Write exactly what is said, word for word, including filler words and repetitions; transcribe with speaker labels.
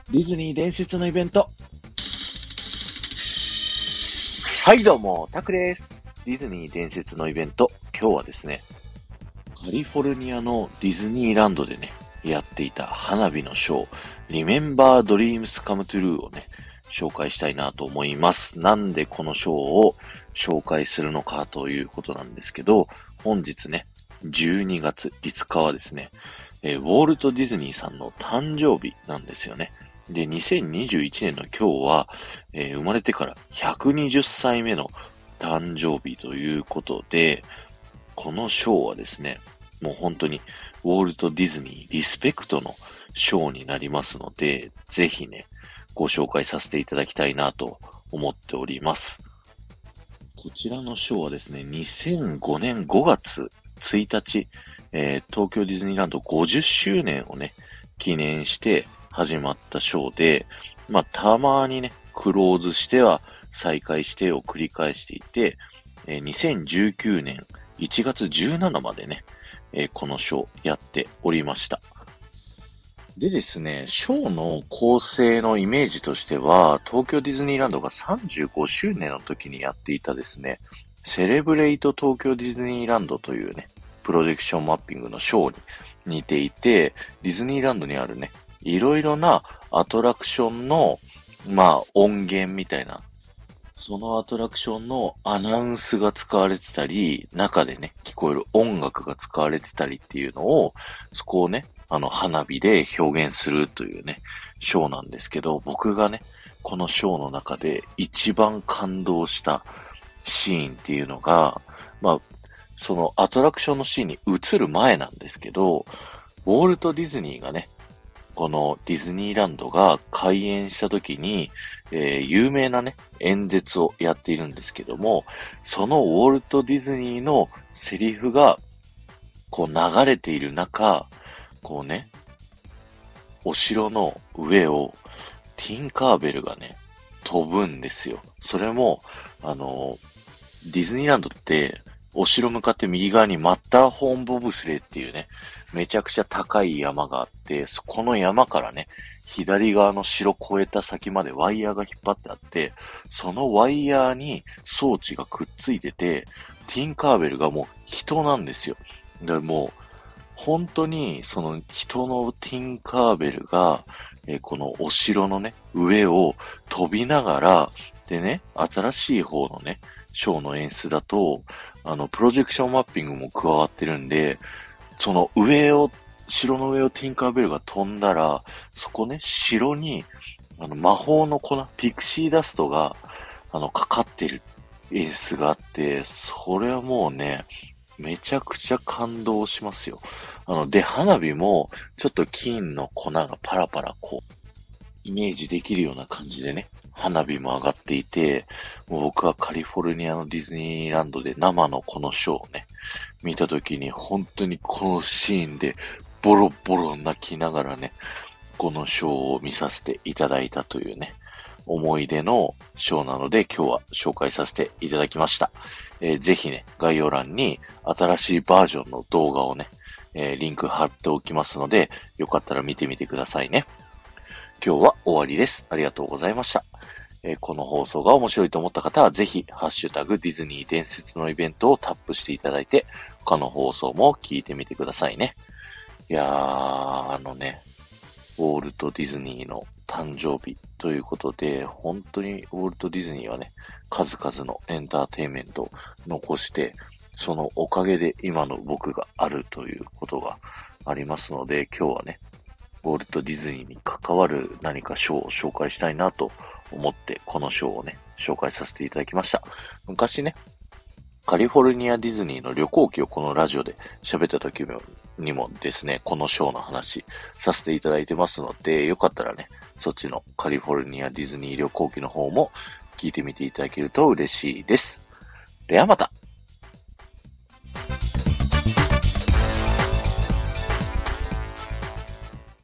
Speaker 1: ディズニー伝説のイベント。はいどうも、タクです。ディズニー伝説のイベント。今日はですね、カリフォルニアのディズニーランドでね、やっていた花火のショー、Remember Dreams Come True をね、紹介したいなと思います。なんでこのショーを紹介するのかということなんですけど、本日ね、じゅうにがついつかはですね、えーウォルト・ディズニーさんの誕生日なんですよね。で、にせんにじゅういちねんの今日は、えー生まれてからひゃくにじゅっさいめの誕生日ということで、このショーはですね、もう本当にウォルト・ディズニーリスペクトのショーになりますので、ぜひね、ご紹介させていただきたいなと思っております。こちらのショーはですね、にせんごねんごがつついたち、えー東京ディズニーランドごじゅっしゅうねんをね、記念して始まったショーで、まあ、たまにね、クローズしては再開してを繰り返していて、えーにせんじゅうきゅうねんいちがつじゅうしちにちまでね、えーこのショーやっておりました。でですね、ショーの構成のイメージとしては、東京ディズニーランドがさんじゅうごしゅうねんの時にやっていたですね、セレブレイト東京ディズニーランドというね、プロジェクションマッピングのショーに似ていて、ディズニーランドにあるね、いろいろなアトラクションの、まあ音源みたいな、そのアトラクションのアナウンスが使われてたり、中でね、聞こえる音楽が使われてたりっていうのを、そこをね、あの、花火で表現するというね、ショーなんですけど、僕がね、このショーの中で一番感動したシーンっていうのが、まあ、そのアトラクションのシーンに移る前なんですけど、ウォルト・ディズニーがね、このディズニーランドが開園した時に、えー有名なね、演説をやっているんですけども、そのウォルト・ディズニーのセリフが、こう流れている中、こうね、お城の上をティンカーベルがね、飛ぶんですよ。それも、あの、ディズニーランドって、お城向かって右側にマッターホーンボブスレーっていうね、めちゃくちゃ高い山があって、そこの山からね、左側の城越えた先までワイヤーが引っ張ってあって、そのワイヤーに装置がくっついてて、ティンカーベルがもう人なんですよ。でもう、本当にその人のティンカーベルが、えーこのお城のね、上を飛びながら、でね、新しい方のね、ショーの演出だと、あの、プロジェクションマッピングも加わってるんで、その上を、城の上をティンカーベルが飛んだら、そこね、城に、あの、魔法の粉、ピクシーダストが、あの、かかってる演出があって、それはもうね、めちゃくちゃ感動しますよ。あの、で、花火も、ちょっと金の粉がパラパラこう、イメージできるような感じでね、花火も上がっていて、もう僕はカリフォルニアのディズニーランドで生のこのショーをね、見たときに本当にこのシーンでボロボロ泣きながらね、このショーを見させていただいたというね、思い出のショーなので今日は紹介させていただきました。えーぜひね、概要欄に新しいバージョンの動画をね、えーリンク貼っておきますので、よかったら見てみてくださいね。今日は終わりです。ありがとうございました。えーこの放送が面白いと思った方は、ぜひ、ハッシュタグディズニー伝説のイベントをタップしていただいて、他の放送も聞いてみてくださいね。いやー、あのね、ウォルト・ディズニーの誕生日ということで、本当にウォルト・ディズニーはね、数々のエンターテインメントを残して、そのおかげで今の僕があるということがありますので、今日はね、ウォルト・ディズニーに関わる何かショーを紹介したいなと思って、このショーをね、紹介させていただきました。昔ね、カリフォルニアディズニーの旅行記をこのラジオで喋った時にもですね、このショーの話させていただいてますので、よかったらね、そっちのカリフォルニアディズニー旅行記の方も聞いてみていただけると嬉しいです。ではまた。